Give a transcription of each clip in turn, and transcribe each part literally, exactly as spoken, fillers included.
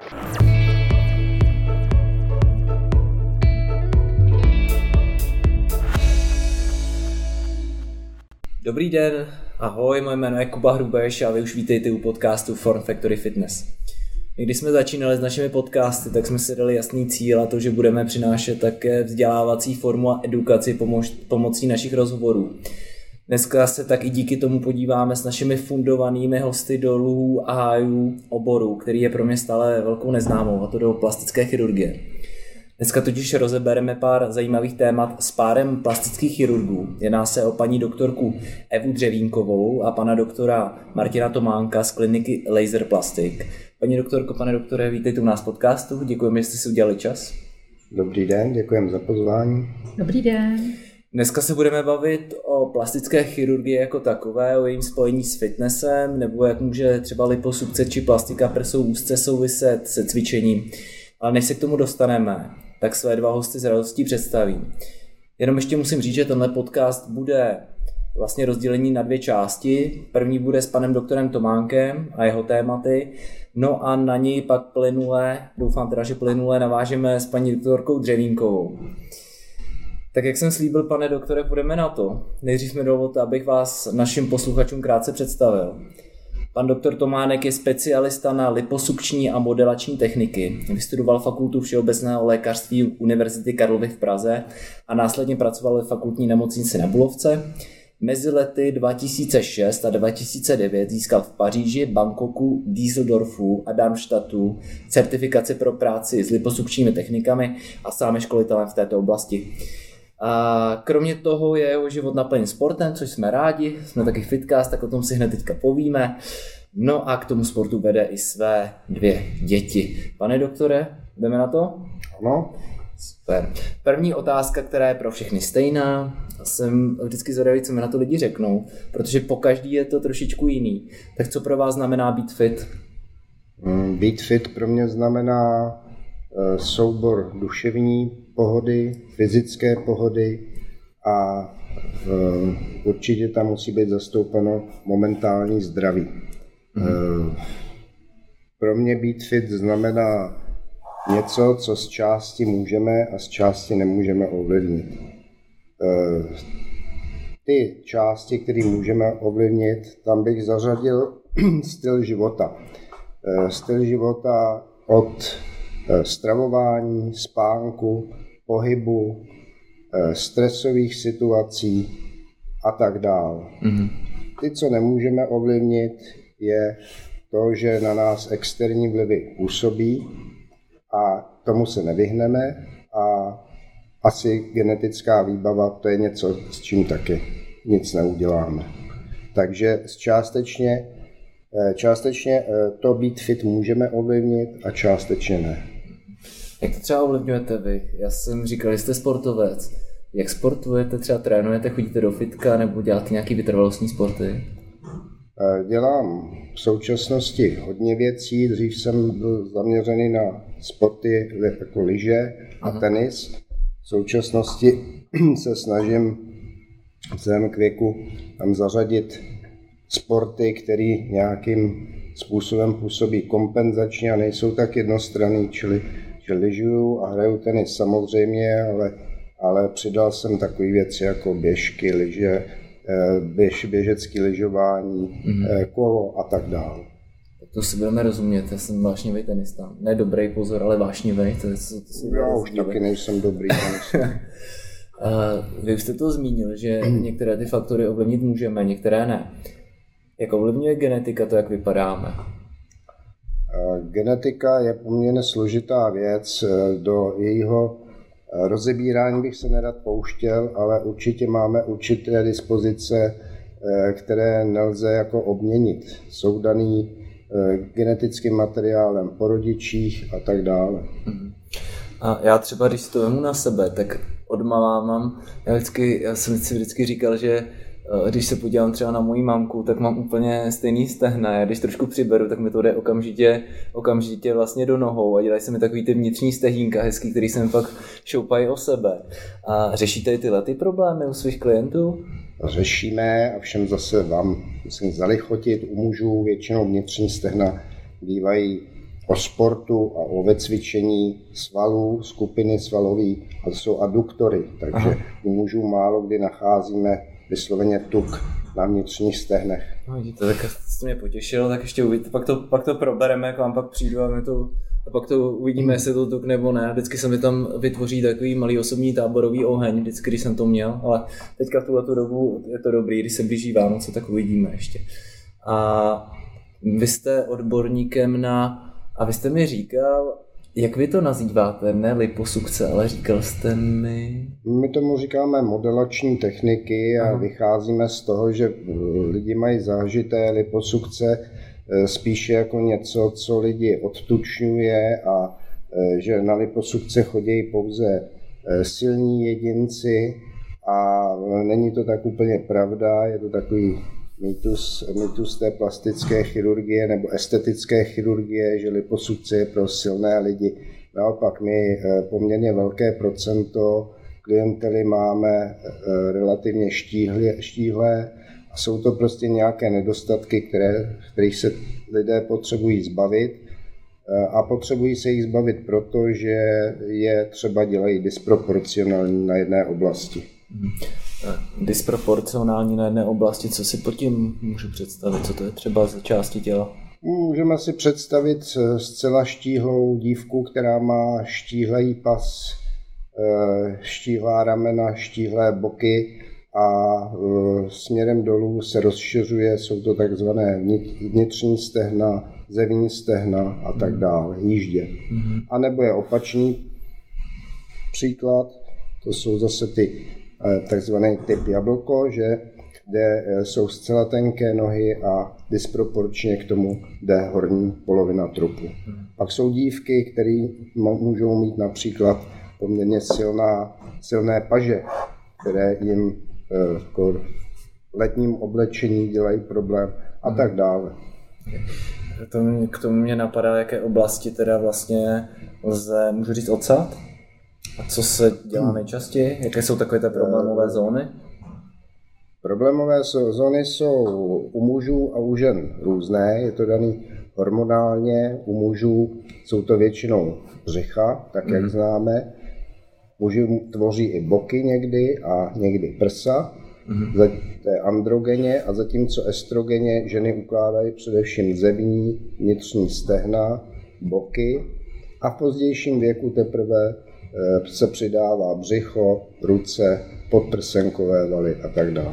Dobrý den, ahoj, moje jméno je Kuba Hrubeš a vy už vítejte u podcastu Form Factory Fitness. Když jsme začínali s našimi podcasty, tak jsme si dali jasný cíl a to, že budeme přinášet také vzdělávací formu a edukaci pomoc, pomocí našich rozhovorů. Dneska se tak i díky tomu podíváme s našimi fundovanými hosty do luhů a hájů oboru, který je pro mě stále velkou neznámou, a to do plastické chirurgie. Dneska totiž rozebereme pár zajímavých témat s párem plastických chirurgů. Jedná se o paní doktorku Evu Dřevínkovou a pana doktora Martina Tománka z kliniky Laser Plastic. Paní doktorko, pane doktore, vítejte u nás v podcastu. Děkujeme, že jste si udělali čas. Dobrý den, děkujeme za pozvání. Dobrý den. Dneska se budeme bavit o plastické chirurgii jako takové, o jejím spojení s fitnessem, nebo jak může třeba liposukce či plastika prsou úzce souviset se cvičením. Ale než se k tomu dostaneme, tak své dva hosty s radostí představím. Jenom ještě musím říct, že tenhle podcast bude vlastně rozdělení na dvě části. První bude s panem doktorem Tománkem a jeho tématy, no a na něj pak plynule, doufám teda, že plynule navážeme s paní doktorkou Dřevínkovou. Tak jak jsem slíbil, pane doktore, půjdeme na to. Nejdřív mi dovolte, abych vás našim posluchačům krátce představil. Pan doktor Tománek je specialista na liposukční a modelační techniky. Vystudoval fakultu všeobecného lékařství Univerzity Karlovy v Praze a následně pracoval ve fakultní nemocnici na Bulovce. Mezi lety dva tisíce šest a dva tisíce devět získal v Paříži, Bangkoku, Düsseldorfu a Darmstadtu certifikaci pro práci s liposukčními technikami a sám je školitelem v této oblasti. A kromě toho je jeho život naplněn sportem, což jsme rádi, jsme taky fitcast, tak o tom si hned teďka povíme. No a k tomu sportu vede i své dvě děti. Pane doktore, jdeme na to? Ano. Super. První otázka, která je pro všechny stejná, jsem vždycky zvědavý, co mi na to lidi řeknou, protože po každý je to trošičku jiný. Tak co pro vás znamená být fit? Být fit pro mě znamená soubor duševní pohody, fyzické pohody a určitě tam musí být zastoupeno momentální zdraví. Mm. Pro mě být fit znamená něco, co z části můžeme a z části nemůžeme ovlivnit. Ty části, které můžeme ovlivnit, tam bych zařadil styl života. Styl života od stravování, spánku, pohybu, stresových situací a tak dále. Mm-hmm. Ty, co nemůžeme ovlivnit, je to, že na nás externí vlivy působí a tomu se nevyhneme a asi genetická výbava, to je něco, s čím taky nic neuděláme. Takže částečně, částečně to být fit můžeme ovlivnit a částečně ne. Jak to třeba ovlivňujete vy? Já jsem říkal, že jste sportovec. Jak sportujete? Třeba trénujete, chodíte do fitka nebo děláte nějaké vytrvalostní sporty? Dělám v současnosti hodně věcí. Dřív jsem byl zaměřený na sporty jako lyže a Aha. tenis. V současnosti se snažím vzhledem k věku tam zařadit sporty, které nějakým způsobem působí kompenzačně a nejsou tak jednostranný, čili že lyžuju a hraju tenis samozřejmě, ale, ale přidal jsem takové věci jako běžky, lyže, běž, běžecké lyžování, mm-hmm. kolo a tak dále. Tak to si budeme rozumět, já jsem vášnivý tenista. Ne dobrý, pozor, ale vášnivý. To, to, to já už taky nejsem dobrý tenista. Vy jste to zmínil, že některé ty faktory ovlivnit můžeme, některé ne. Jak ovlivňuje genetika to, jak vypadáme? Genetika je poměrně složitá věc, do jejího rozebírání bych se nerad pouštěl, ale určitě máme určité dispozice, které nelze jako obměnit. Jsou daný genetickým materiálem po rodičích a tak dále. A já třeba, když to vemu na sebe, tak odmalá mám, já, vždycky, já jsem si vždycky říkal, že když se podívám třeba na moji mamku, tak mám úplně stejný stehna. Já když trošku přiberu, tak mi to jde okamžitě, okamžitě vlastně do nohou a dělají se mi takový ty vnitřní stehínka hezký, který se mi pak šoupají o sebe. A řešíte tyhle ty problémy u svých klientů? Řešíme a všem zase vám musím zalichotit. U mužů většinou vnitřní stehna bývají o sportu a o vycvičení svalů, skupiny svalový, a to jsou aduktory, takže Aha. u mužů málo kdy nacházíme vysloveně tuk na vnitřních stehnech. No vidíte, tak to mě potěšilo, tak ještě uvidíte, pak to, pak to probereme, jak vám pak přijdu a, my to, a pak to uvidíme, hmm. jestli to tuk nebo ne. Vždycky se mi tam vytvoří takový malý osobní táborový oheň, vždycky, když jsem to měl, ale teďka v tuhletu dobu je to dobrý, když se blíží Vánoce, tak uvidíme ještě. A vy jste odborníkem na, a vy jste mi říkal, jak vy to nazýváte, ne liposukce, ale říkal jste mi... My tomu říkáme modelační techniky a Aha. vycházíme z toho, že lidi mají zážité liposukce spíše jako něco, co lidi odtučňuje a že na liposukce chodí pouze silní jedinci a není to tak úplně pravda, je to takový mýtus, mýtus té plastické chirurgie nebo estetické chirurgie, že liposukce je pro silné lidi. Naopak my poměrně velké procento klientely máme relativně štíhlé, štíhlé a jsou to prostě nějaké nedostatky, které, kterých se lidé potřebují zbavit a potřebují se jich zbavit proto, že je třeba dělají disproporcionální na jedné oblasti. Hmm. Disproporcionální na jedné oblasti, co si pod tím můžu představit, co to je třeba za části těla? Můžeme si představit zcela štíhlou dívku, která má štíhlý pas, štíhlá ramena, štíhlé boky a směrem dolů se rozšiřuje, jsou to takzvané vnitřní stehna, zevní stehna a tak dále, jíždě. Mm-hmm. A nebo je opačný příklad, to jsou zase ty takzvaný typ jablko, že kde jsou zcela tenké nohy a disproporčně k tomu jde horní polovina trupu. Hmm. Pak jsou dívky, které můžou mít například poměrně silná, silné paže, které jim v letním oblečení dělají problém a hmm. tak dále. K tomu mě napadá, jaké oblasti teda vlastně lze, můžu říct, odsát? A co se dělá nejčastěji? Jaké jsou takové ty problémové zóny? Problémové zóny jsou u mužů a u žen různé. Je to daný hormonálně. U mužů jsou to většinou břicha, tak jak mm. známe. Muži tvoří i boky někdy a někdy prsa. Mm. To je androgeně a zatímco estrogeně ženy ukládají především zevní, vnitřní stehna, boky a v pozdějším věku teprve se přidává břicho, ruce, podprsenkové valy a tak dále.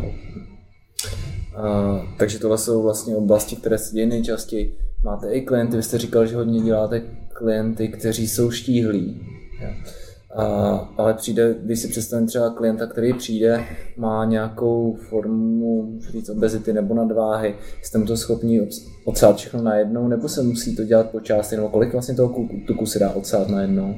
A, takže tohle jsou vlastně oblasti, které se dějí nejčastěji. Máte i klienty, vy jste říkal, že hodně děláte klienty, kteří jsou štíhlí. A, ale přijde, když si představím třeba klienta, který přijde, má nějakou formu, můžu říct, obezity nebo nadváhy, jste mu to schopni odsát všechno najednou, nebo se musí to dělat po části, nebo kolik vlastně toho tuku se dá odsát najednou?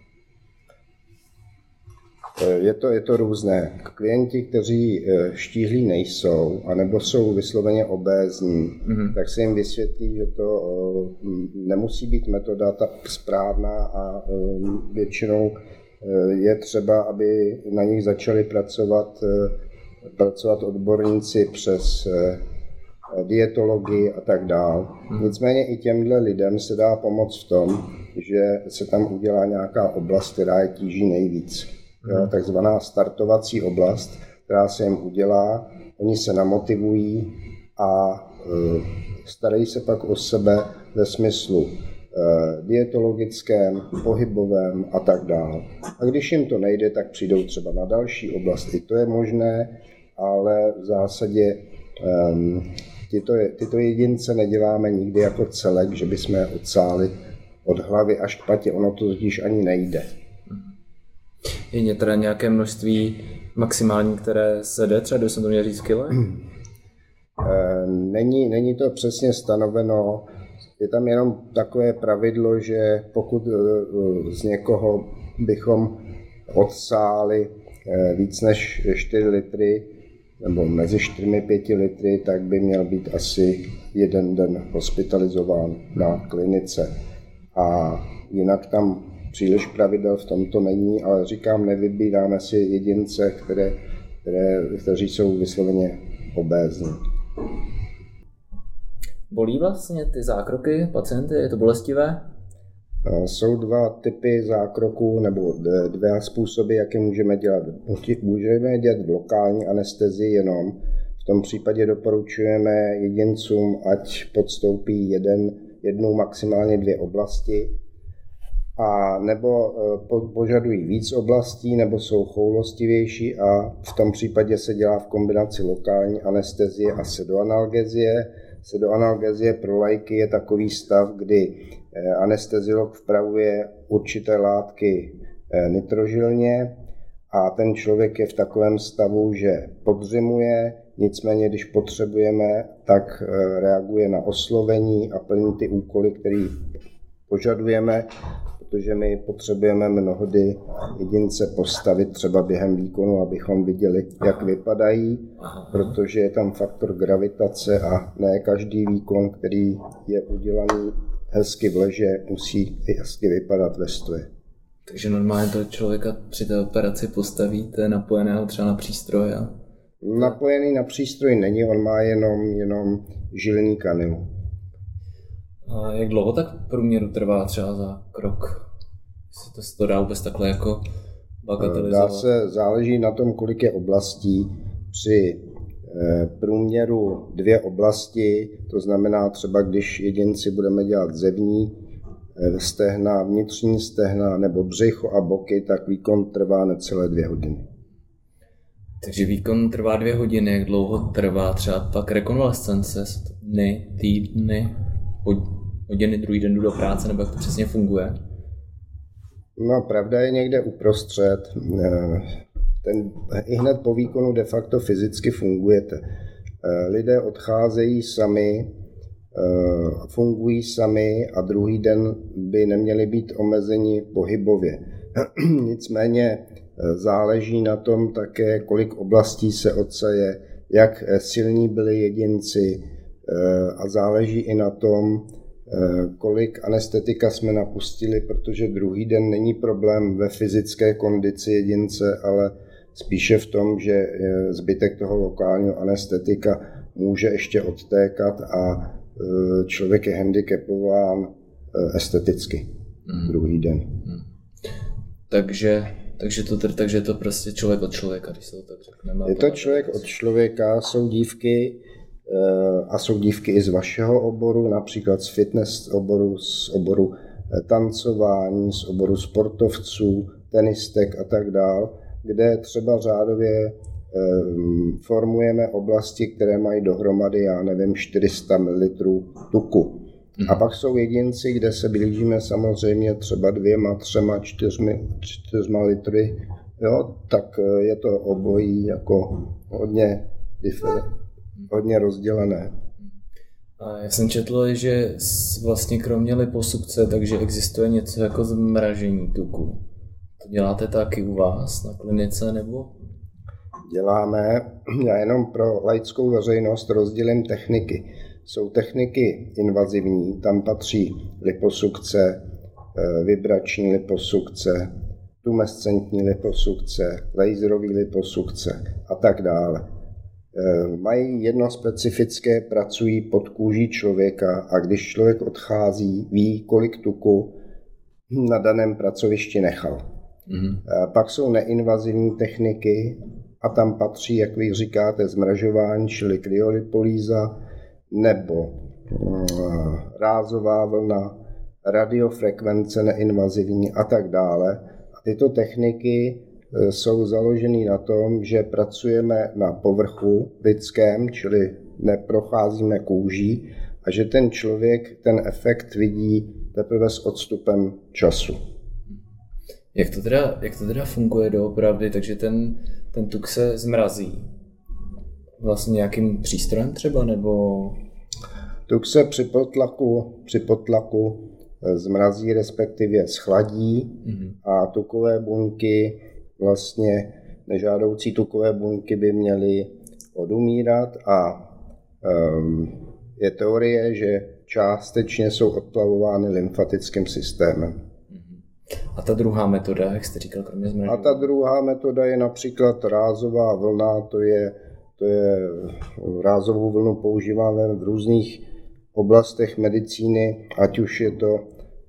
Je to, je to různé. Klienti, kteří štíhlí nejsou, anebo jsou vysloveně obézní, mm-hmm. tak se jim vysvětlí, že to nemusí být metoda tak správná a většinou je třeba, aby na nich začali pracovat, pracovat odborníci přes dietologii a tak dále. Mm-hmm. Nicméně i těmhle lidem se dá pomoct v tom, že se tam udělá nějaká oblast, která je tíží nejvíc. Jo, takzvaná startovací oblast, která se jim udělá, oni se namotivují a e, starají se pak o sebe ve smyslu e, dietologickém, pohybovém a tak dále. A když jim to nejde, tak přijdou třeba na další oblasti. To je možné, ale v zásadě e, tyto, tyto jedince neděláme nikdy jako celek, že bychom je odsáli od hlavy až k patě, ono to totiž ani nejde. Je teda nějaké množství maximální, které se jde, třeba jsem to měl říct v kile? Není, není to přesně stanoveno, je tam jenom takové pravidlo, že pokud z někoho bychom odsáli víc než čtyři litry, nebo mezi čtyřmi a pěti litry, tak by měl být asi jeden den hospitalizován na klinice. A jinak tam příliš pravidel v tomto není, ale říkám, nevybíráme si jedince, které, které, kteří jsou vysloveně obézní. Bolí vlastně ty zákroky pacienty? Je to bolestivé? Jsou dva typy zákroků nebo dva způsoby, jak je můžeme dělat. Můžeme dělat v lokální anestezii jenom. V tom případě doporučujeme jedincům, ať podstoupí jeden, jednu, maximálně dvě oblasti, a nebo požadují víc oblastí, nebo jsou choulostivější, a v tom případě se dělá v kombinaci lokální anestezie a sedoanalgezie. Sedoanalgezie pro laiky je takový stav, kdy anesteziolog vpravuje určité látky nitrožilně a ten člověk je v takovém stavu, že podřimuje, nicméně když potřebujeme, tak reaguje na oslovení a plní ty úkoly, které požadujeme, protože my potřebujeme mnohdy jedince postavit třeba během výkonu, abychom viděli, jak vypadají, protože je tam faktor gravitace a ne každý výkon, který je udělaný hezky v leže, musí hezky vypadat ve stoji. Takže normálně toho člověka při té operaci postavíte napojeného třeba na přístroj? A... Napojený na přístroj není, on má jenom, jenom žilní kanilu. A jak dlouho tak v průměru trvá třeba za krok? Jestli to se to dá vůbec takhle jako bagatelizovat? Dá se, záleží na tom, kolik je oblastí. Při eh, průměru dvě oblasti, to znamená třeba, když jedinci budeme dělat zevní eh, stehna, vnitřní stehna nebo břicho a boky, tak výkon trvá necelé dvě hodiny. Takže výkon trvá dvě hodiny, jak dlouho trvá třeba pak rekonvalescence? Dny, týdny, hodiny, druhý den jdu do práce, nebo jak to přesně funguje? No, pravda je někde uprostřed. Ten, i hned po výkonu de facto fyzicky fungujete. Lidé odcházejí sami, fungují sami a druhý den by neměli být omezeni pohybově. Nicméně záleží na tom také, kolik oblastí se odseje, jak silní byli jedinci, a záleží i na tom, kolik anestetika jsme napustili, protože druhý den není problém ve fyzické kondici jedince, ale spíše v tom, že zbytek toho lokálního anestetika může ještě odtékat a člověk je handicapován esteticky mm. druhý den. Mm. Takže, takže, to, takže to prostě člověk od člověka, když se to tak řekne. Je to člověk od člověka, jsou dívky, a jsou dívky i z vašeho oboru, například z fitness oboru, z oboru tancování, z oboru sportovců, tenistek a tak dál, kde třeba řádově formujeme oblasti, které mají dohromady, já nevím, čtyři sta mililitrů tuku. Mm. A pak jsou jedinci, kde se blížíme samozřejmě třeba dvěma, třema, čtyřmi, čtyřma litry, jo, tak je to obojí jako hodně diferentní. hodně rozdělené. A já jsem četl, že vlastně kromě liposukce, takže existuje něco jako zmražení tuku. To děláte taky u vás na klinice, nebo? Děláme. Já jenom pro laickou veřejnost rozdělím techniky. Jsou techniky invazivní, tam patří liposukce, vibrační liposukce, tumescentní liposukce, laserový liposukce a tak dále. Mají jedno specifické, pracují pod kůží člověka a když člověk odchází, ví, kolik tuku na daném pracovišti nechal. Mm-hmm. Pak jsou neinvazivní techniky a tam patří, jak vy říkáte, zmražování, čili kryolipolýza, nebo rázová vlna, radiofrekvence neinvazivní a tak dále. A tyto techniky jsou založený na tom, že pracujeme na povrchu lidském, čili neprocházíme kůží, a že ten člověk ten efekt vidí teprve s odstupem času. Jak to teda, jak to teda funguje doopravdy? Takže ten, ten tuk se zmrazí vlastně nějakým přístrojem třeba, nebo? Tuk se při potlaku, při potlaku zmrazí, respektive schladí, mm-hmm. a tukové buňky, vlastně nežádoucí tukové buňky by měly odumírat a um, je teorie, že částečně jsou odplavovány lymfatickým systémem. A ta druhá metoda, jak jste říkal, kromě zmražení? A ta druhá metoda je například rázová vlna, to je, to je rázovou vlnu používáme v různých oblastech medicíny, ať už je to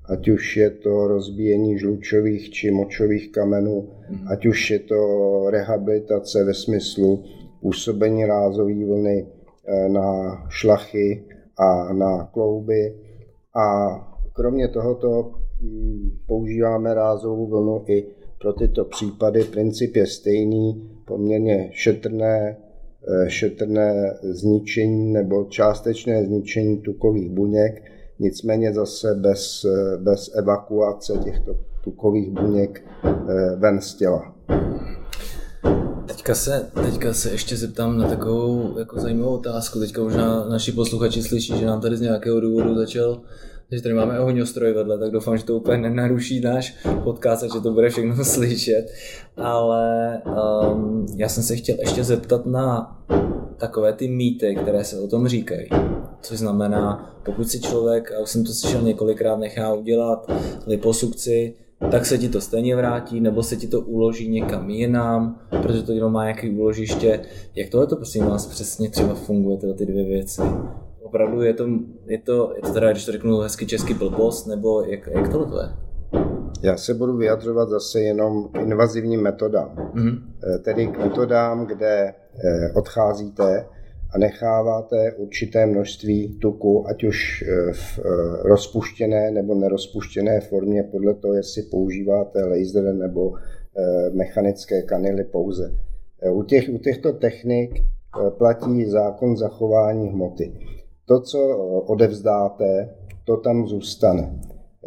ať už je to rozbíjení žlučových či močových kamenů, ať už je to rehabilitace ve smyslu působení rázové vlny na šlachy a na klouby. A kromě tohoto používáme rázovou vlnu i pro tyto případy. Princip je stejný, poměrně šetrné, šetrné zničení nebo částečné zničení tukových buněk, nicméně zase bez, bez evakuace těchto tukových buněk ven z těla. Teďka se, teďka se ještě zeptám na takovou jako zajímavou otázku. Teďka možná naši posluchači slyší, že nám tady z nějakého důvodu začal, že tady máme ohňostroj vedle, tak doufám, že to úplně nenaruší náš podcast a že to bude všechno slyšet. Ale um, já jsem se chtěl ještě zeptat na takové ty mýty, které se o tom říkají. Což znamená, pokud si člověk, a už jsem to slyšel několikrát, nechá udělat liposukci, tak se ti to stejně vrátí, nebo se ti to uloží někam jinam, protože to jenom má nějaké úložiště. Jak tohle to prosím vás přesně třeba funguje, tyhle ty dvě věci? Opravdu je to, je to, je to teda, když to řeknu hezky česky, blbost, nebo jak, jak tohle to je? Já se budu vyjadřovat zase jenom k invazivním metodám. Mm-hmm. Tedy k metodám, kde odcházíte a necháváte určité množství tuku, ať už v rozpuštěné nebo nerozpuštěné formě, podle toho, jestli používáte laser nebo mechanické kanily pouze. U, těch, u těchto technik platí zákon zachování hmoty. To, co odevzdáte, to tam zůstane.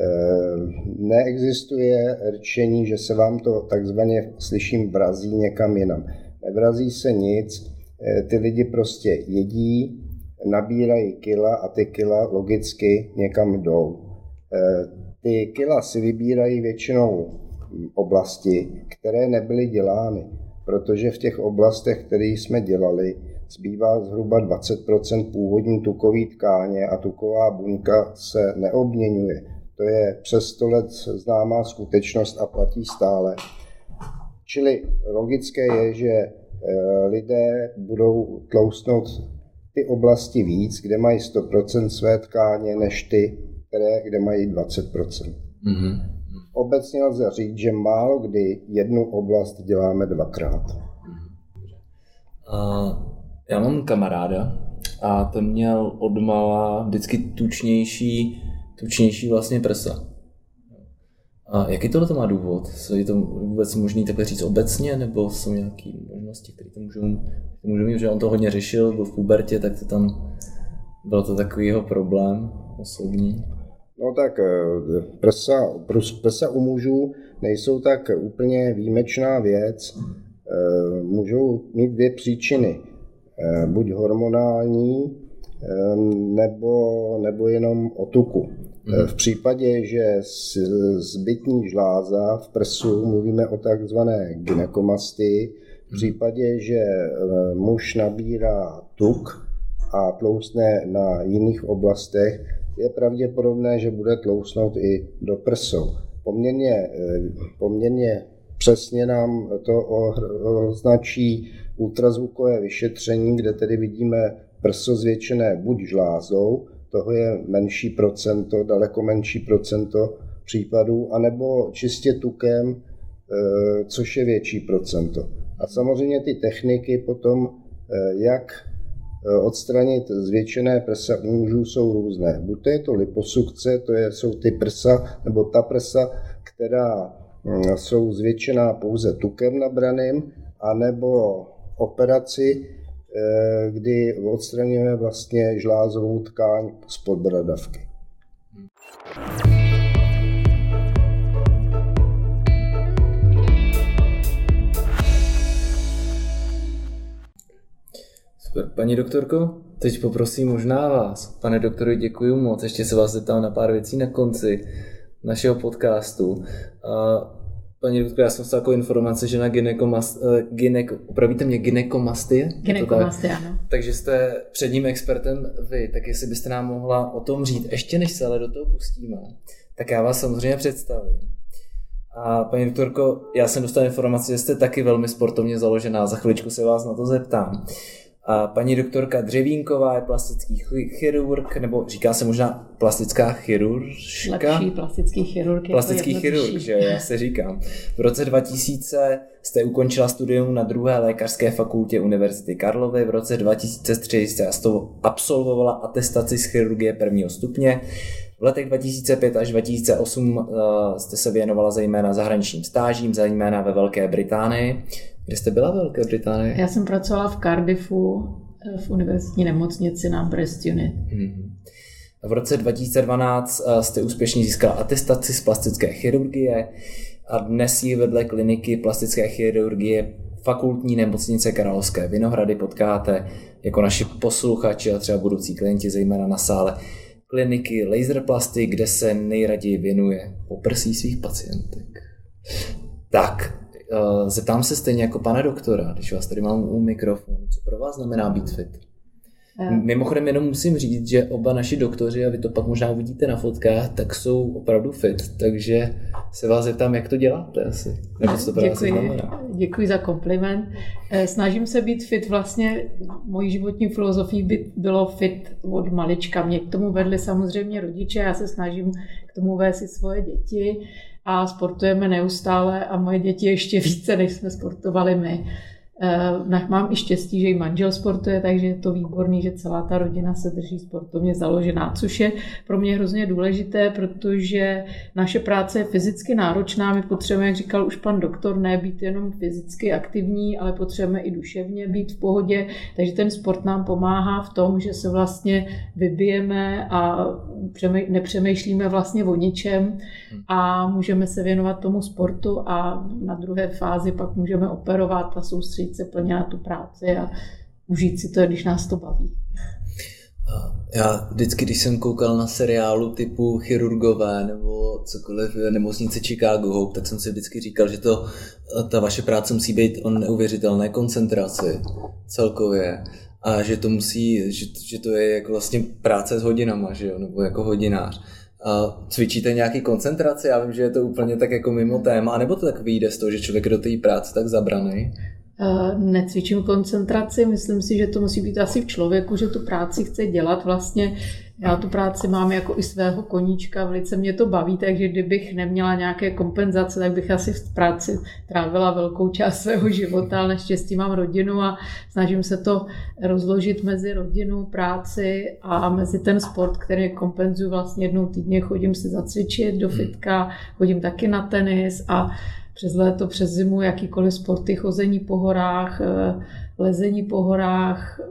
Neexistuje rčení, že se vám to takzvaně, slyším, vrazí někam jinam. Nevrazí se nic, ty lidi prostě jedí, nabírají kila a ty kila logicky někam jdou. Ty kila si vybírají většinou oblasti, které nebyly dělány, protože v těch oblastech, které jsme dělali, zbývá zhruba dvacet procent původní tukové tkáně a tuková buňka se neobměňuje. To je přes sto let známá skutečnost a platí stále. Čili logické je, že lidé budou tloustnout ty oblasti víc, kde mají sto procent své tkáně, než ty, které, kde mají dvacet procent. Mm-hmm. Obecně lze říct, že málo kdy jednu oblast děláme dvakrát. Uh, já mám kamaráda a ten měl odmala vždycky tučnější, tučnější vlastně prsa. A jaký tohle to má důvod? Je to vůbec možný takhle říct obecně, nebo jsou nějaké možnosti, které to můžou, můžou mít, že on to hodně řešil, byl v pubertě, tak to tam byl to takový jeho problém osobní? No tak prsa, prsa u mužů nejsou tak úplně výjimečná věc. Můžou mít dvě příčiny. Buď hormonální, nebo, nebo jenom o tuku. V případě, že zbytní žláza v prsu, mluvíme o takzvané gynekomastii, v případě, že muž nabírá tuk a tloustne na jiných oblastech, je pravděpodobné, že bude tlousnout i do prsou. Poměrně, poměrně přesně nám to označí ultrazvukové vyšetření, kde tedy vidíme prso zvětšené buď žlázou, toho je menší procento, daleko menší procento případů, anebo čistě tukem, což je větší procento. A samozřejmě ty techniky potom, jak odstranit zvětšené prsa u mužů, jsou různé. Buď to je to liposukce, to je, jsou ty prsa, nebo ta prsa, která jsou zvětšená pouze tukem nabraným, anebo operaci, kdy odstraňujeme vlastně žlázovou tkáň spod bradavky. Super. Paní doktorko, teď poprosím možná vás. Pane doktore, děkuji moc. Ještě se vás zeptám na pár věcí na konci našeho podcastu. Paní doktorko, já jsem dostal takovou informaci, že na gynekomast, gynek, opravíte mě, gynekomastie? Gynekomastie, ano. Takže jste předním expertem vy, tak jestli byste nám mohla o tom říct, ještě než se ale do toho pustíme, tak já vás samozřejmě představím. A paní doktorko, já jsem dostal informaci, že jste taky velmi sportovně založená, za chviličku se vás na to zeptám. A paní doktorka Dřevínková je plastický chirurg, nebo říká se možná plastická chiruržka? Lepší plastický chirurg. Plastický chirurg, že já se říkám. V roce dva tisíce jste ukončila studium na druhé lékařské fakultě Univerzity Karlovy. V roce dva tisíce tři jste absolvovala atestaci z chirurgie prvního stupně. V letech dva tisíce pět až dva tisíce osm uh, jste se věnovala zejména zahraničním stážím, zejména ve Velké Británii. Kde jste byla ve Velké Británii? Já jsem pracovala v Cardiffu v univerzitní nemocnici na Breast Unit. Hmm. V roce dva tisíce dvanáct uh, jste úspěšně získala atestaci z plastické chirurgie a dnes ji vedle kliniky plastické chirurgie fakultní nemocnice Královské Vinohrady potkáte jako naši posluchači a třeba budoucí klienti, zejména na sále kliniky Laserplasty, kde se nejraději věnuje poprsí svých pacientek. Tak, zeptám se stejně jako pana doktora, když vás tady mám u mikrofonu, co pro vás znamená být fit? Mimochodem jenom musím říct, že oba naši doktoři, a vy to pak možná uvidíte na fotkách, tak jsou opravdu fit, takže se vás zeptám, jak to děláte asi, nebo co to pro vás znamená. Děkuji za kompliment. Snažím se být fit, vlastně mojí životní filozofií by bylo fit od malička. Mě k tomu vedli samozřejmě rodiče, já se snažím k tomu vést i svoje děti a sportujeme neustále a moje děti ještě více, než jsme sportovali my. Mám i štěstí, že i manžel sportuje, takže je to výborný, že celá ta rodina se drží sportovně založená, což je pro mě hrozně důležité, protože naše práce je fyzicky náročná, my potřebujeme, jak říkal už pan doktor, ne být jenom fyzicky aktivní, ale potřebujeme i duševně být v pohodě, takže ten sport nám pomáhá v tom, že se vlastně vybijeme a nepřemýšlíme vlastně o ničem a můžeme se věnovat tomu sportu a na druhé fázi pak můžeme operovat a soustředit se plně na tu práci a užít si to, když nás to baví. Já vždycky, když jsem koukal na seriálu typu Chirurgové nebo cokoliv, Nemocnice Chicago Hope, tak jsem si vždycky říkal, že to, ta vaše práce musí být o neuvěřitelné koncentraci celkově a že to musí, že, že to je jako vlastně práce s hodinama, že jo, nebo jako hodinář. A cvičíte nějaký koncentraci? Já vím, že je to úplně tak jako mimo téma, nebo to tak vyjde z toho, že člověk do té práce tak zabraný? Necvičím koncentraci, myslím si, že to musí být asi v člověku, že tu práci chce dělat. Vlastně já tu práci mám jako i svého koníčka, velice mě to baví, takže kdybych neměla nějaké kompenzace, tak bych asi v práci trávila velkou část svého života, ale naštěstí mám rodinu a snažím se to rozložit mezi rodinu, práci a mezi ten sport, který kompenzuju vlastně jednou týdně, chodím si zacvičit do fitka, chodím taky na tenis a přes léto, přes zimu, jakýkoliv sporty, chození po horách, lezení po horách,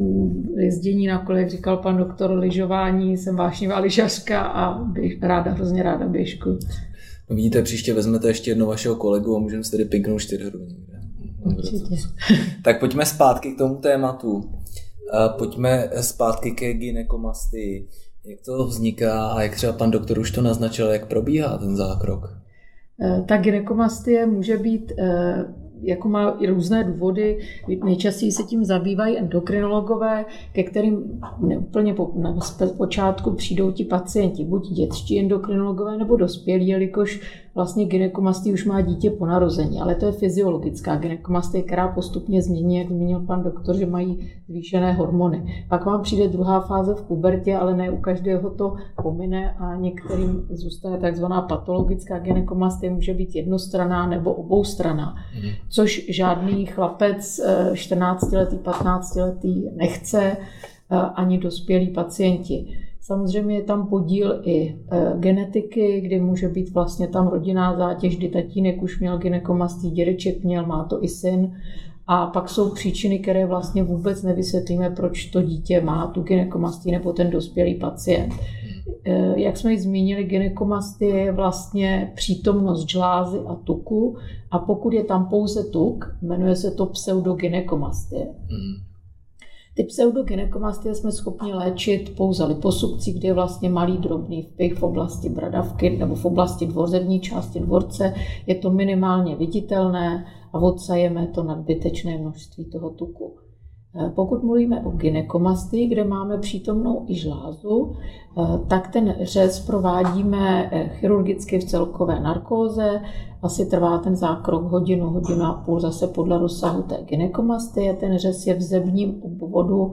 jezdění na kole, jak říkal pan doktor, lyžování, jsem vášnivá lyžařka a běž, ráda, hrozně ráda běžku. No vidíte, příště vezmete ještě jednou vašeho kolegu a můžeme se tady pinknout čtyřhru. Určitě. Tak pojďme zpátky k tomu tématu. Pojďme zpátky ke gynekomastii. Jak to vzniká a jak třeba pan doktor už to naznačil, jak probíhá ten zákrok? Ta gynekomastie může být, jako má i různé důvody, nejčastěji se tím zabývají endokrinologové, ke kterým úplně po, na počátku přijdou ti pacienti, buď dětští endokrinologové nebo dospělí, jelikož vlastně gynekomastie už má dítě po narození, ale to je fyziologická gynekomastie, která postupně změní, jak zmínil pan doktor, že mají zvýšené hormony. Pak vám přijde druhá fáze v pubertě, ale ne u každého to pomine a některým zůstane takzvaná patologická gynekomastie, může být jednostranná nebo oboustranná, což žádný chlapec čtrnáctiletý, patnáctiletý nechce, ani dospělí pacienti. Samozřejmě je tam podíl i e, genetiky, kdy může být vlastně tam rodinná zátěž, kdy tatínek už měl gynekomastii, dědeček měl, má to i syn. A pak jsou příčiny, které vlastně vůbec nevysvětlíme, proč to dítě má tu gynekomastii nebo ten dospělý pacient. E, jak jsme ji zmínili, gynekomastie je vlastně přítomnost žlázy a tuku a pokud je tam pouze tuk, jmenuje se to pseudogynekomastie. Mm. Ty pseudogynekomastie jsme schopni léčit pouze liposukcí, kde je vlastně malý drobný vpich v oblasti bradavky nebo v oblasti dvorzevní části dvorce. Je to minimálně viditelné a odsajeme to nadbytečné množství toho tuku. Pokud mluvíme o gynekomastii, kde máme přítomnou i žlázu, tak ten řez provádíme chirurgicky v celkové narkóze. Asi trvá ten zákrok hodinu, hodinu a půl zase podle rozsahu té gynekomastie. Ten řez je v zevním obvodu,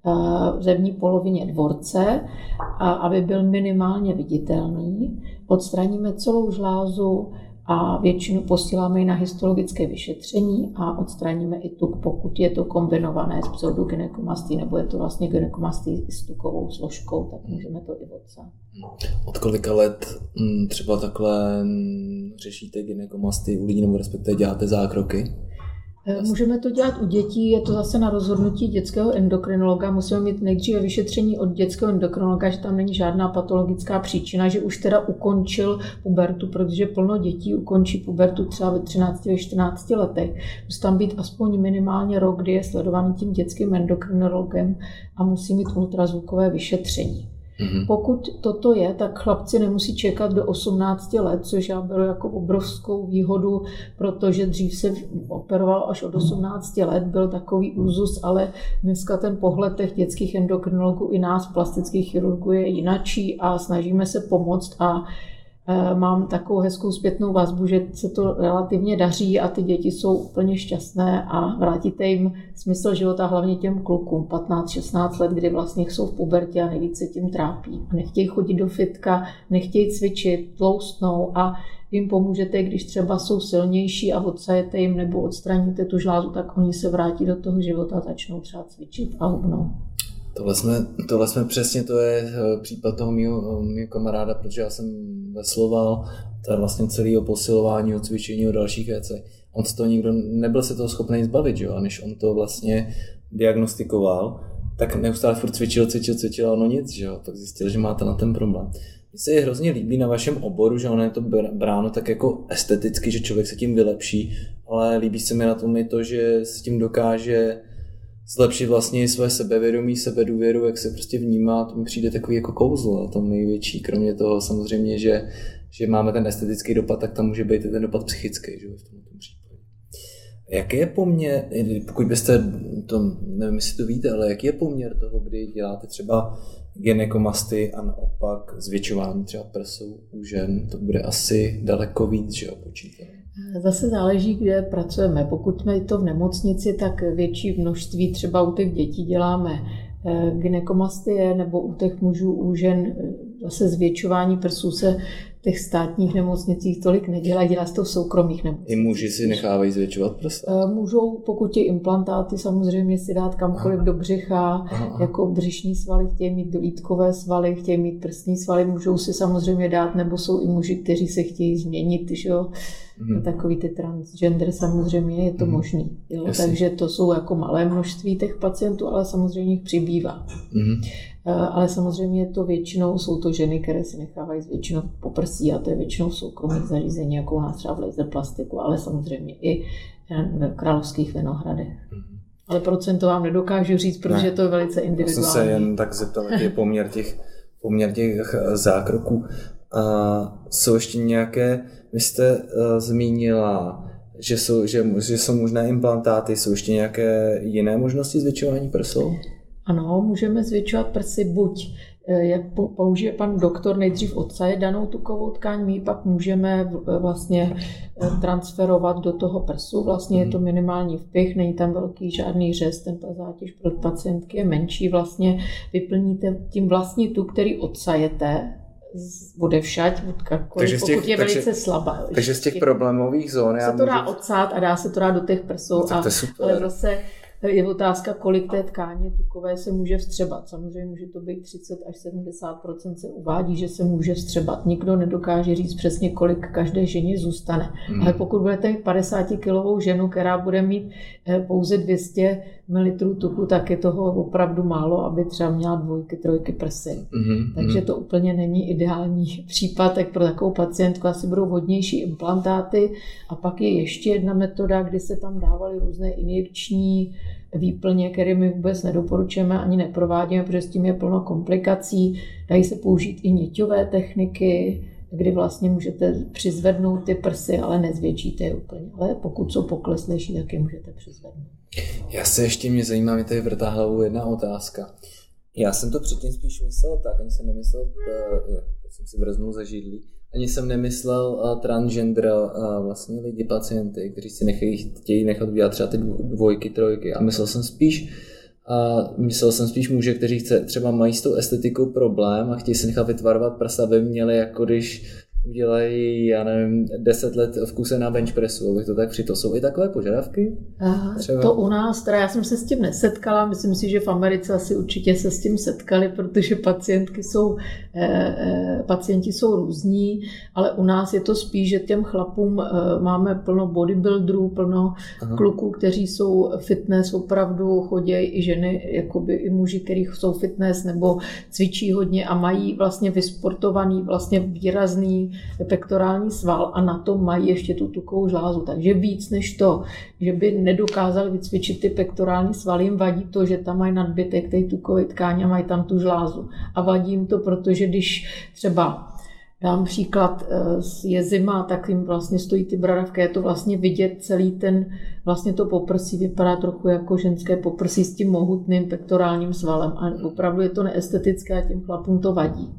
v zevní polovině dvorce, aby byl minimálně viditelný. Odstraníme celou žlázu a většinu posíláme ji na histologické vyšetření a odstraníme i tuk, pokud je to kombinované s pseudogynekomastií, nebo je to vlastně gynekomastii s tukovou složkou, tak můžeme to i odstranit. Od kolika let třeba takhle řešíte gynekomastii u lidí, nebo respektive děláte zákroky? Můžeme to dělat u dětí, je to zase na rozhodnutí dětského endokrinologa. Musíme mít nejdříve vyšetření od dětského endokrinologa, že tam není žádná patologická příčina, že už teda ukončil pubertu, protože plno dětí ukončí pubertu třeba ve třinácti, ve čtrnácti letech. Musí tam být aspoň minimálně rok, kdy je sledovaný tím dětským endokrinologem a musí mít ultrazvukové vyšetření. Mm-hmm. Pokud toto je, tak chlapci nemusí čekat do osmnácti let, což já beru jako obrovskou výhodu, protože dřív se operovalo až od osmnácti let, byl takový úzus, ale dneska ten pohled těch dětských endokrinologů i nás, plastických chirurgů, je jinačí a snažíme se pomoct a mám takovou hezkou zpětnou vazbu, že se to relativně daří a ty děti jsou úplně šťastné a vrátíte jim smysl života, hlavně těm klukům patnáct šestnáct let, kdy vlastně jsou v pubertě a nejvíce tím trápí. A nechtějí chodit do fitka, nechtějí cvičit, tloustnou a jim pomůžete, když třeba jsou silnější a odsajete jim nebo odstraníte tu žlázu, tak oni se vrátí do toho života a začnou třeba cvičit a hubnou. Tohle jsme, tohle jsme přesně, to je případ toho mýho, mýho kamaráda, protože já jsem vesloval, to je vlastně celého posilování, o cvičení, o dalších věcech. On z toho nikdo, nebyl se toho schopný zbavit, jo? A než on to vlastně diagnostikoval, tak neustále furt cvičil, cvičil, cvičil a ono nic, že jo? Tak zjistil, že máte na ten problém. Mně se je hrozně líbí na vašem oboru, že ono je to bráno tak jako esteticky, že člověk se tím vylepší, ale líbí se mi na tom i to, že s tím dokáže zlepšit vlastně své sebevědomí, sebedůvěru, jak se prostě vnímá, to mi přijde takový jako kouzlo, tam největší, kromě toho samozřejmě, že, že máme ten estetický dopad, tak tam může být i ten dopad psychický, že v tomto případě. Jaký je poměr, pokud byste, to nevím, jestli to víte, ale jaký je poměr toho, kdy děláte třeba gynekomastii a naopak zvětšování třeba prsou u žen, to bude asi daleko víc, že jo, počítat. Zase záleží, kde pracujeme. Pokud jsme to v nemocnici, tak větší množství třeba u těch dětí děláme gynekomastie, nebo u těch mužů, u žen zase zvětšování prsů se v těch státních nemocnicích tolik nedělá, dělá se to v soukromých nemocnicích. I muži si nechávají zvětšovat prsa? Můžou, pokud ti implantáty, samozřejmě si dát kamkoliv do břicha, aha, jako břišní svaly, chtějí mít dolítkové svaly, chtějí mít prsní svaly, můžou si samozřejmě dát, nebo jsou i muži, kteří se chtějí změnit, že jo. Mm. Takový ty transgender, samozřejmě je to mm. možný. Jo? Takže to jsou jako malé množství těch pacientů, ale samozřejmě jich přibývá. Mm. Ale samozřejmě to většinou jsou to ženy, které si nechávají většinou poprsí a to je většinou v soukromých zařízení, jako u nás třeba v laserplastiku, ale samozřejmě i v Královských Vinohradech. Mm. Ale procento vám nedokážu říct, protože ne. to je velice individuální. Já jsem se jen tak zeptal, jaký je poměr těch, poměr těch zákroků. A jsou ještě nějaké, vy jste uh, zmínila, že jsou, že, že jsou možné implantáty, jsou ještě nějaké jiné možnosti zvětšování prsou? Ano, můžeme zvětšovat prsy buď, jak použije pan doktor, nejdřív odsaje danou tukovou tkáň, my pak můžeme vlastně transferovat do toho prsu, vlastně je to minimální vpich, není tam velký žádný řez, ten ta zátěž pro pacientky je menší, vlastně vyplníte tím vlastní tuk, který odsajete, bude všať, pokud těch, je velice takže, slabá. Takže z těch problémových zón se to dá můžu... odsát a dá se to dát do těch prsů, no, a, ale zase je otázka, kolik té tkáně tukové se může vstřebat. Samozřejmě může to být třicet až sedmdesát procent se uvádí, že se může vstřebat. Nikdo nedokáže říct přesně, kolik každé ženě zůstane. Hmm. Ale pokud budete mít padesátikilovou ženu, která bude mít pouze dvě stě mililitrů tuku, tak je toho opravdu málo, aby třeba měla dvojky, trojky prsy. Hmm. Takže to úplně není ideální případ, tak pro takovou pacientku asi budou vhodnější implantáty. A pak je ještě jedna metoda, kdy se tam dávaly různé injekční výplně, které my vůbec nedoporučujeme ani neprovádíme, protože s tím je plno komplikací. Dají se použít i niťové techniky, kdy vlastně můžete přizvednout ty prsy, ale nezvětšíte je úplně. Ale pokud jsou pokleslejší, tak je můžete přizvednout. Já se ještě mě zajímá, mě tady vrtá hlavou jedna otázka. Já jsem to předtím spíš myslel tak, ani jsem nemyslel, t, jo, teď jsem si vrznul za židlí, ani jsem nemyslel uh, transgender uh, vlastně lidi, pacienty, kteří si nechají, chtějí nechat udělat třeba ty dvojky, trojky a myslel jsem spíš, uh, myslel jsem spíš muže, kteří chce, třeba mají s tou estetikou problém a chtějí si nechat vytvarovat prsa, aby měli jako když udělají, já nevím, deset let v kuse na bench pressu, abych to tak při to. Jsou i takové požadavky? Třeba? To u nás, teda já jsem se s tím nesetkala, myslím si, že v Americe asi určitě se s tím setkali, protože pacientky jsou, eh, pacienti jsou různí, ale u nás je to spíš, že těm chlapům eh, máme plno bodybuilderů, plno Aha. kluků, kteří jsou fitness, opravdu chodí i ženy, jakoby i muži, kteří jsou fitness nebo cvičí hodně a mají vlastně vysportovaný, vlastně výrazný pektorální sval a na to mají ještě tu tukovou žlázu. Takže víc než to, že by nedokázali vycvičit ty pektorální svaly, jim vadí to, že tam mají nadbytek té tukové tkáně a mají tam tu žlázu. A vadí jim to, protože když třeba dám příklad, je zima, tak jim vlastně stojí ty bradavky, je to vlastně vidět celý ten, vlastně to poprsí vypadá trochu jako ženské poprsí s tím mohutným pektorálním svalem a opravdu je to neestetické a těm chlapům to vadí.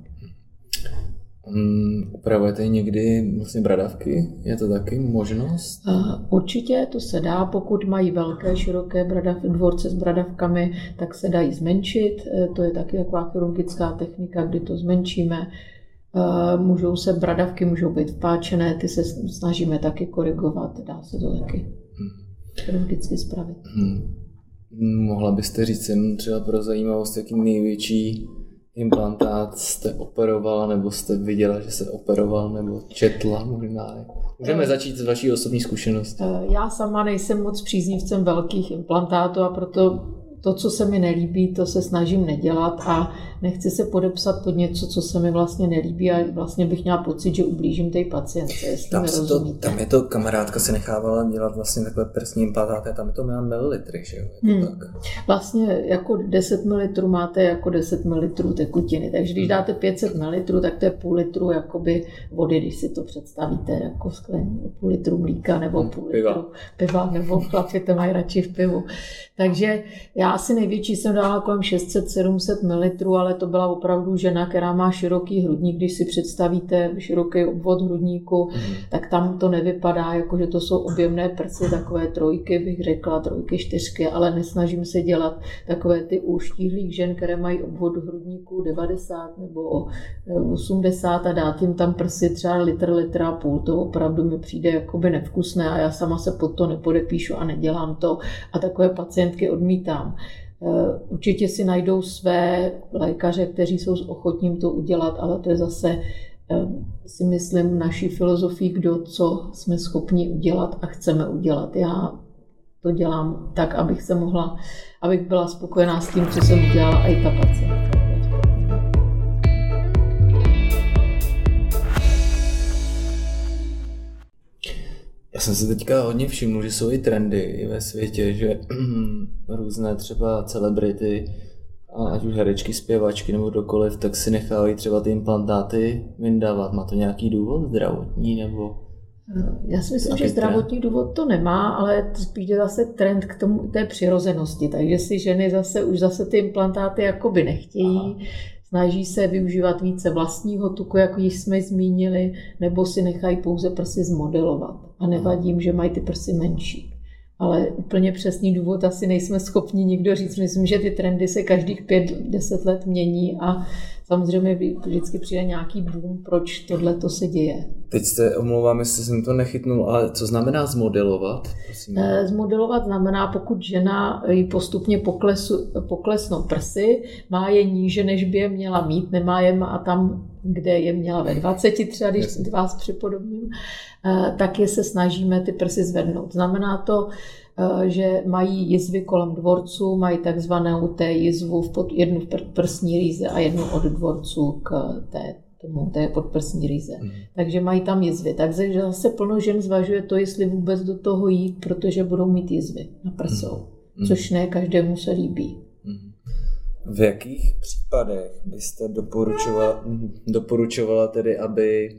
Um, upravujete někdy vlastně bradavky? Je to taky možnost? Uh, určitě to se dá, pokud mají velké, široké bradavky, dvorce s bradavkami, tak se dají zmenšit. Uh, to je taky taková chirurgická technika, kdy to zmenšíme. Uh, můžou se bradavky, můžou být vpáčené, ty se snažíme taky korigovat, dá se to taky hmm. chirurgicky spravit. Hmm. Mohla byste říct jen třeba pro zajímavost, jaký největší implantát jste operovala, nebo jste viděla, že se operoval, nebo četla možná? Můžeme začít s vaší osobní zkušeností. Já sama nejsem moc příznivcem velkých implantátů a proto to, co se mi nelíbí, to se snažím nedělat a nechci se podepsat pod něco, co se mi vlastně nelíbí a vlastně bych měla pocit, že ublížím té pacientce, jestli tam, mi rozumíte. To, tam je to, kamarádka se nechávala dělat vlastně takové prsní implantáty, tam je to měla mililitry, že jo? Je to hmm. tak. Vlastně jako deset mililitrů máte jako deset mililitrů tekutiny, takže když dáte pět set mililitrů, tak to je půl litru jakoby vody, když si to představíte jako sklení, půl litru mlíka nebo půl piva. litru piva, nebo chlapi to mají radši v pivu. Takže já asi největší jsem dala kolem šest set sedm set mililitrů, ale to byla opravdu žena, která má široký hrudník. Když si představíte široký obvod hrudníku, mm. tak tam to nevypadá, jako že to jsou objemné prsy, takové trojky, bych řekla, trojky, čtyřky, ale nesnažím se dělat takové ty u štíhlých žen, které mají obvod hrudníku devadesát nebo osmdesát a dát jim tam prsy třeba litr, litr a půl. To opravdu mi přijde jakoby nevkusné a já sama se pod to nepodepíšu a nedělám to a takové pacientky odmítám. Určitě si najdou své lékaře, kteří jsou ochotní to udělat, ale to je zase, si myslím, naší filozofii, kdo co jsme schopni udělat a chceme udělat. Já to dělám tak, abych se mohla, abych byla spokojená s tím, co jsem udělala, a i ta pacientka. Já jsem si teďka hodně všiml, že jsou i trendy ve světě, že různé třeba celebrity, ať už herečky, zpěvačky nebo kdokoliv, tak si nechávají třeba ty implantáty vyndávat. Má to nějaký důvod zdravotní nebo? Já si myslím, že zdravotní důvod to nemá, ale spíš je zase trend k tomu té přirozenosti. Takže si ženy zase už zase ty implantáty jakoby nechtějí. Aha. Snaží se využívat více vlastního tuku, jak již jsme zmínili, nebo si nechají pouze prsy zmodelovat. A nevadím, že mají ty prsy menší. Ale úplně přesný důvod asi nejsme schopni nikdo říct. Myslím, že ty trendy se každých pět deset let mění a samozřejmě vždycky přijde nějaký boom, proč tohle se děje. Teď se omlouvám, jestli jsem to nechytnul, ale co znamená zmodelovat? Prosím. Zmodelovat znamená, pokud žena jí postupně poklesu, poklesnou prsy, má je níže, než by je měla mít, nemá je a tam, kde je měla ve dvaceti třeba, když Jasně. vás připodobním, tak je se snažíme ty prsy zvednout. Znamená to, že mají jizvy kolem dvorců, mají takzvanou té jizvu v pod, jednu v prsní rýze a jednu od dvorců k té, tomu, té podprsní rýze. Mm. Takže mají tam jizvy. Takže zase plno žen zvažuje to, jestli vůbec do toho jít, protože budou mít jizvy na prsou, mm. což ne každému se líbí. Mm. V jakých případech byste doporučovala, doporučovala tedy, aby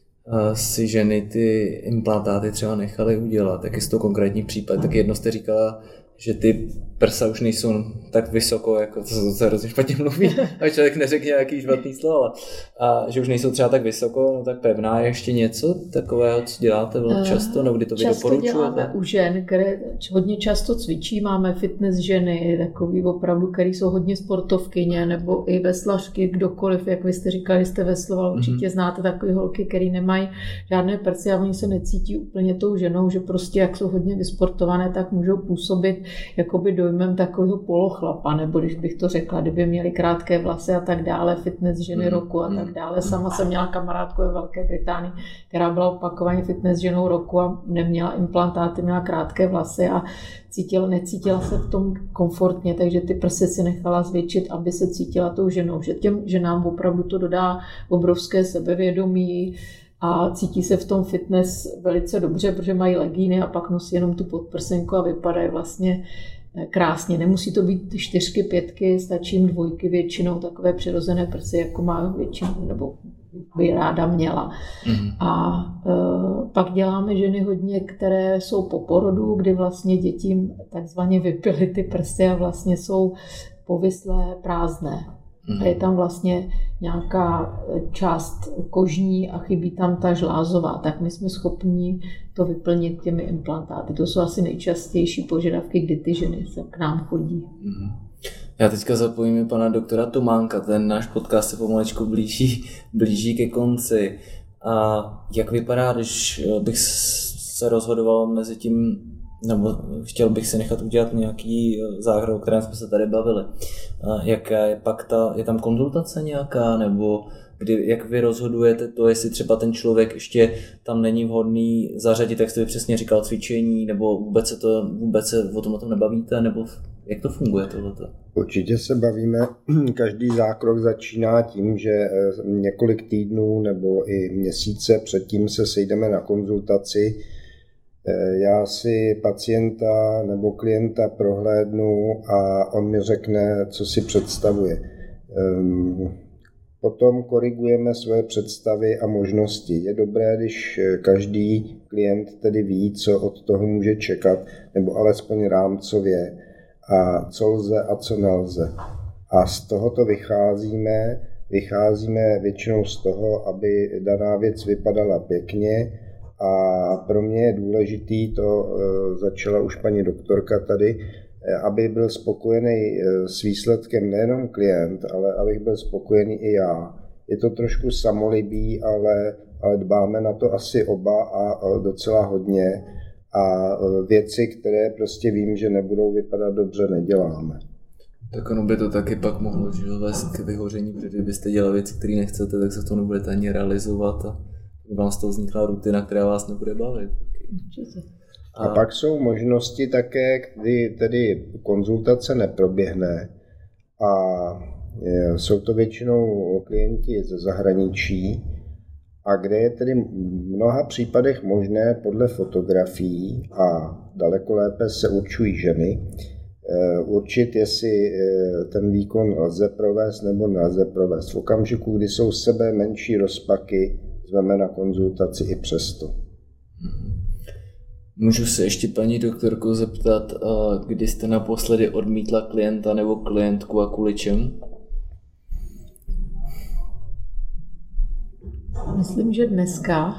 si ženy ty implantáty třeba nechaly udělat? Jak je to konkrétní případ? Tak jedno jste říkala, že ty prsa už nejsou tak vysoko, jako to se hrozně špatně mluví, a člověk neřekne nějaký špatný slovo, a že už nejsou třeba tak vysoko, no tak pevná je ještě něco takového, co děláte velmi často, nebo kdy to vy doporučujete? Často děláme u žen, které hodně často cvičí, máme fitness ženy, takový opravdu, který jsou hodně sportovkyně, nebo i veslařky, kdokoliv, jak vy jste říkali, jste vesloval, určitě mm-hmm. znáte takové holky, které nemají žádné prsy a oni se necítí úplně tou ženou, že prostě jak jsou hodně vysportované, tak můžou působit jakoby dojmem takového polochlapa, nebo když bych to řekla, kdyby měli krátké vlasy a tak dále, fitness ženy mm. roku a tak dále. Sama jsem měla kamarádku ve Velké Británii, která byla opakovaně fitness ženou roku a neměla implantáty, měla krátké vlasy a cítila, necítila se v tom komfortně, takže ty prsy si nechala zvětšit, aby se cítila tou ženou. Že těm ženám opravdu to dodá obrovské sebevědomí, a cítí se v tom fitness velice dobře, protože mají legíny a pak nosí jenom tu podprsenku a vypadají vlastně krásně. Nemusí to být čtyřky, pětky, stačí jim dvojky většinou, takové přirozené prsy, jako má většinou, nebo by ráda měla. Mm-hmm. A e, pak děláme ženy hodně, které jsou po porodu, kdy vlastně děti takzvaně vypily ty prsy a vlastně jsou povislé, prázdné. A je tam vlastně nějaká část kožní a chybí tam ta žlázová, tak my jsme schopni to vyplnit těmi implantáty. To jsou asi nejčastější požadavky, kdy ty ženy se k nám chodí. Já teďka zapojím pana doktora Tománka, ten náš podcast se pomalečku blíží, blíží ke konci. A jak vypadá, když bych se rozhodoval mezi tím, nebo chtěl bych si nechat udělat nějaký zákrok, o kterém jsme se tady bavili. Jak je pak ta, je tam konzultace nějaká, nebo kdy, jak vy rozhodujete to, jestli třeba ten člověk ještě tam není vhodný zařadit, jak jste přesně říkal, cvičení, nebo vůbec se, to, vůbec se o tom o tom nebavíte, nebo jak to funguje tohleto? Určitě se bavíme, každý zákrok začíná tím, že několik týdnů nebo i měsíce předtím se sejdeme na konzultaci. Já si pacienta nebo klienta prohlédnu a on mi řekne, co si představuje. Potom korigujeme svoje představy a možnosti. Je dobré, když každý klient tedy ví, co od toho může čekat, nebo alespoň rámcově, a co lze a co nelze. A z tohoto vycházíme, vycházíme většinou z toho, aby daná věc vypadala pěkně. A pro mě je důležitý, to začala už paní doktorka tady, aby byl spokojený s výsledkem nejenom klient, ale abych byl spokojený i já. Je to trošku samolibý, ale, ale dbáme na to asi oba a docela hodně. A věci, které prostě vím, že nebudou vypadat dobře, neděláme. Tak ono by to taky pak mohlo vést k vyhoření, protože kdybyste dělali věci, které nechcete, tak se to nebudete ani realizovat a vám z toho vznikla rutina, která vás nebude bavit. A, a pak jsou možnosti také, kdy tedy konzultace neproběhne a jsou to většinou klienti ze zahraničí, a kde je tedy v mnoha případech možné podle fotografií a daleko lépe se určují ženy, určit, jestli ten výkon lze provést nebo nelze provést. V okamžiku, kdy jsou sebe menší rozpaky, zveme na konzultaci i přesto. Můžu se ještě paní doktorku zeptat, kdy jste naposledy odmítla klienta nebo klientku a kvůli čemu? Myslím, že dneska.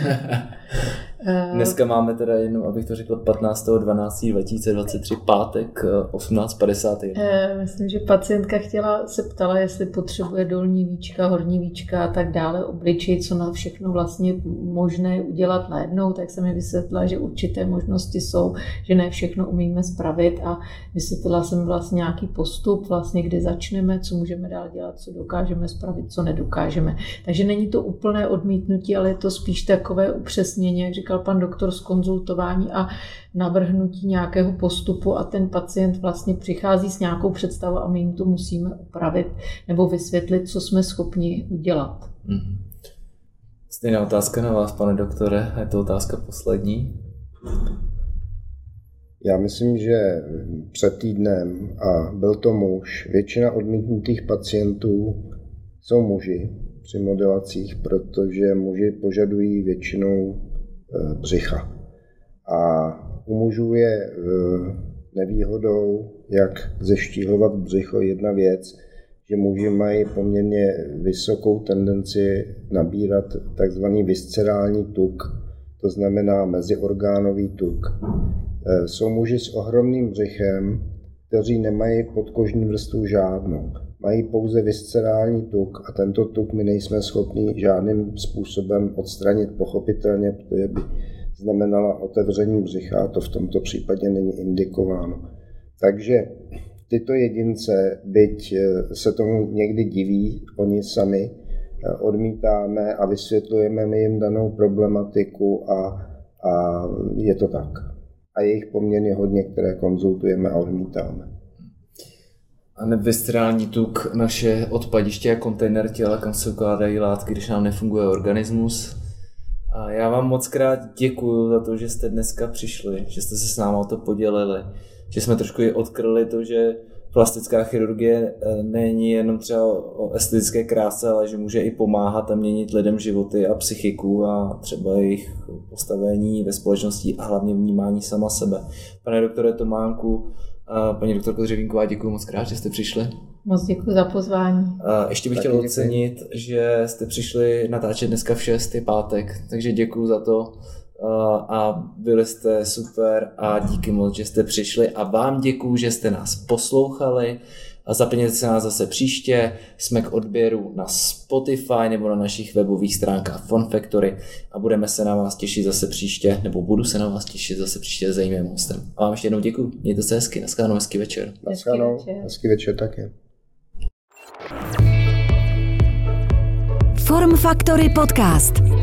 Dneska máme teda jenom, abych to řekl, patnáctého dvanáctého dva tisíce dvacet tři, pátek, osmnáct padesát jedna. Myslím, že pacientka chtěla, se ptala, jestli potřebuje dolní víčka, horní víčka a tak dále, obličej, co na všechno vlastně možné udělat najednou, tak jsem mi vysvětlila, že určité možnosti jsou, že ne všechno umíme spravit a vysvětlila jsem vlastně nějaký postup, vlastně kdy začneme, co můžeme dál dělat, co dokážeme spravit, co nedokážeme. Takže není to úplné odmítnutí, ale je to spíš takové upřesnění, jak říkal pan doktor, z konzultování a navrhnutí nějakého postupu a ten pacient vlastně přichází s nějakou představou a my jim to musíme upravit nebo vysvětlit, co jsme schopni udělat. Mm-hmm. Stejná otázka na vás, pane doktore, je to otázka poslední. Já myslím, že před týdnem, a byl to muž, většina odmítnutých pacientů jsou muži při modelacích, protože muži požadují většinou břicha. A u mužů je nevýhodou, jak zeštíhlovat břicho, jedna věc, že muži mají poměrně vysokou tendenci nabírat takzvaný viscerální tuk, to znamená meziorgánový tuk. Jsou muži s ohromným břichem, kteří nemají podkožní vrstvu žádnou. Mají pouze viscerální tuk a tento tuk my nejsme schopni žádným způsobem odstranit pochopitelně, protože by znamenala otevření břicha, a to v tomto případě není indikováno. Takže tyto jedince, byť se tomu někdy diví, oni sami, odmítáme a vysvětlujeme my jim danou problematiku a, a je to tak. A je jich poměrně hodně, které konzultujeme a odmítáme. A neviscerální tuk, naše odpadiště a kontejner těla, kam se ukládají látky, když nám nefunguje organismus. A já vám moc krát děkuju za to, že jste dneska přišli, že jste se s námi o to podělili, že jsme trošku i odkryli to, že plastická chirurgie není jenom třeba o estetické kráse, ale že může i pomáhat a měnit lidem životy a psychiku a třeba jejich postavení ve společnosti a hlavně vnímání sama sebe. Pane doktore Tománku, paní doktorko Dřevínková, děkuji moc krát, že jste přišli. Moc děkuji za pozvání. Ještě bych chtěl ocenit, že jste přišli natáčet dneska v šest, je pátek, takže děkuji za to. A byli jste super a díky moc, že jste přišli a vám děkuju, že jste nás poslouchali a zapněte se nás zase příště, jsme k odběru na Spotify nebo na našich webových stránkách Fun Factory a budeme se na vás těšit zase příště, nebo budu se na vás těšit zase příště s zajímavým hostem. A vám ještě jednou děkuju, mějte se hezky, naschledanou, hezký večer. Naschledanou, hezký večer taky. Form Factory podcast.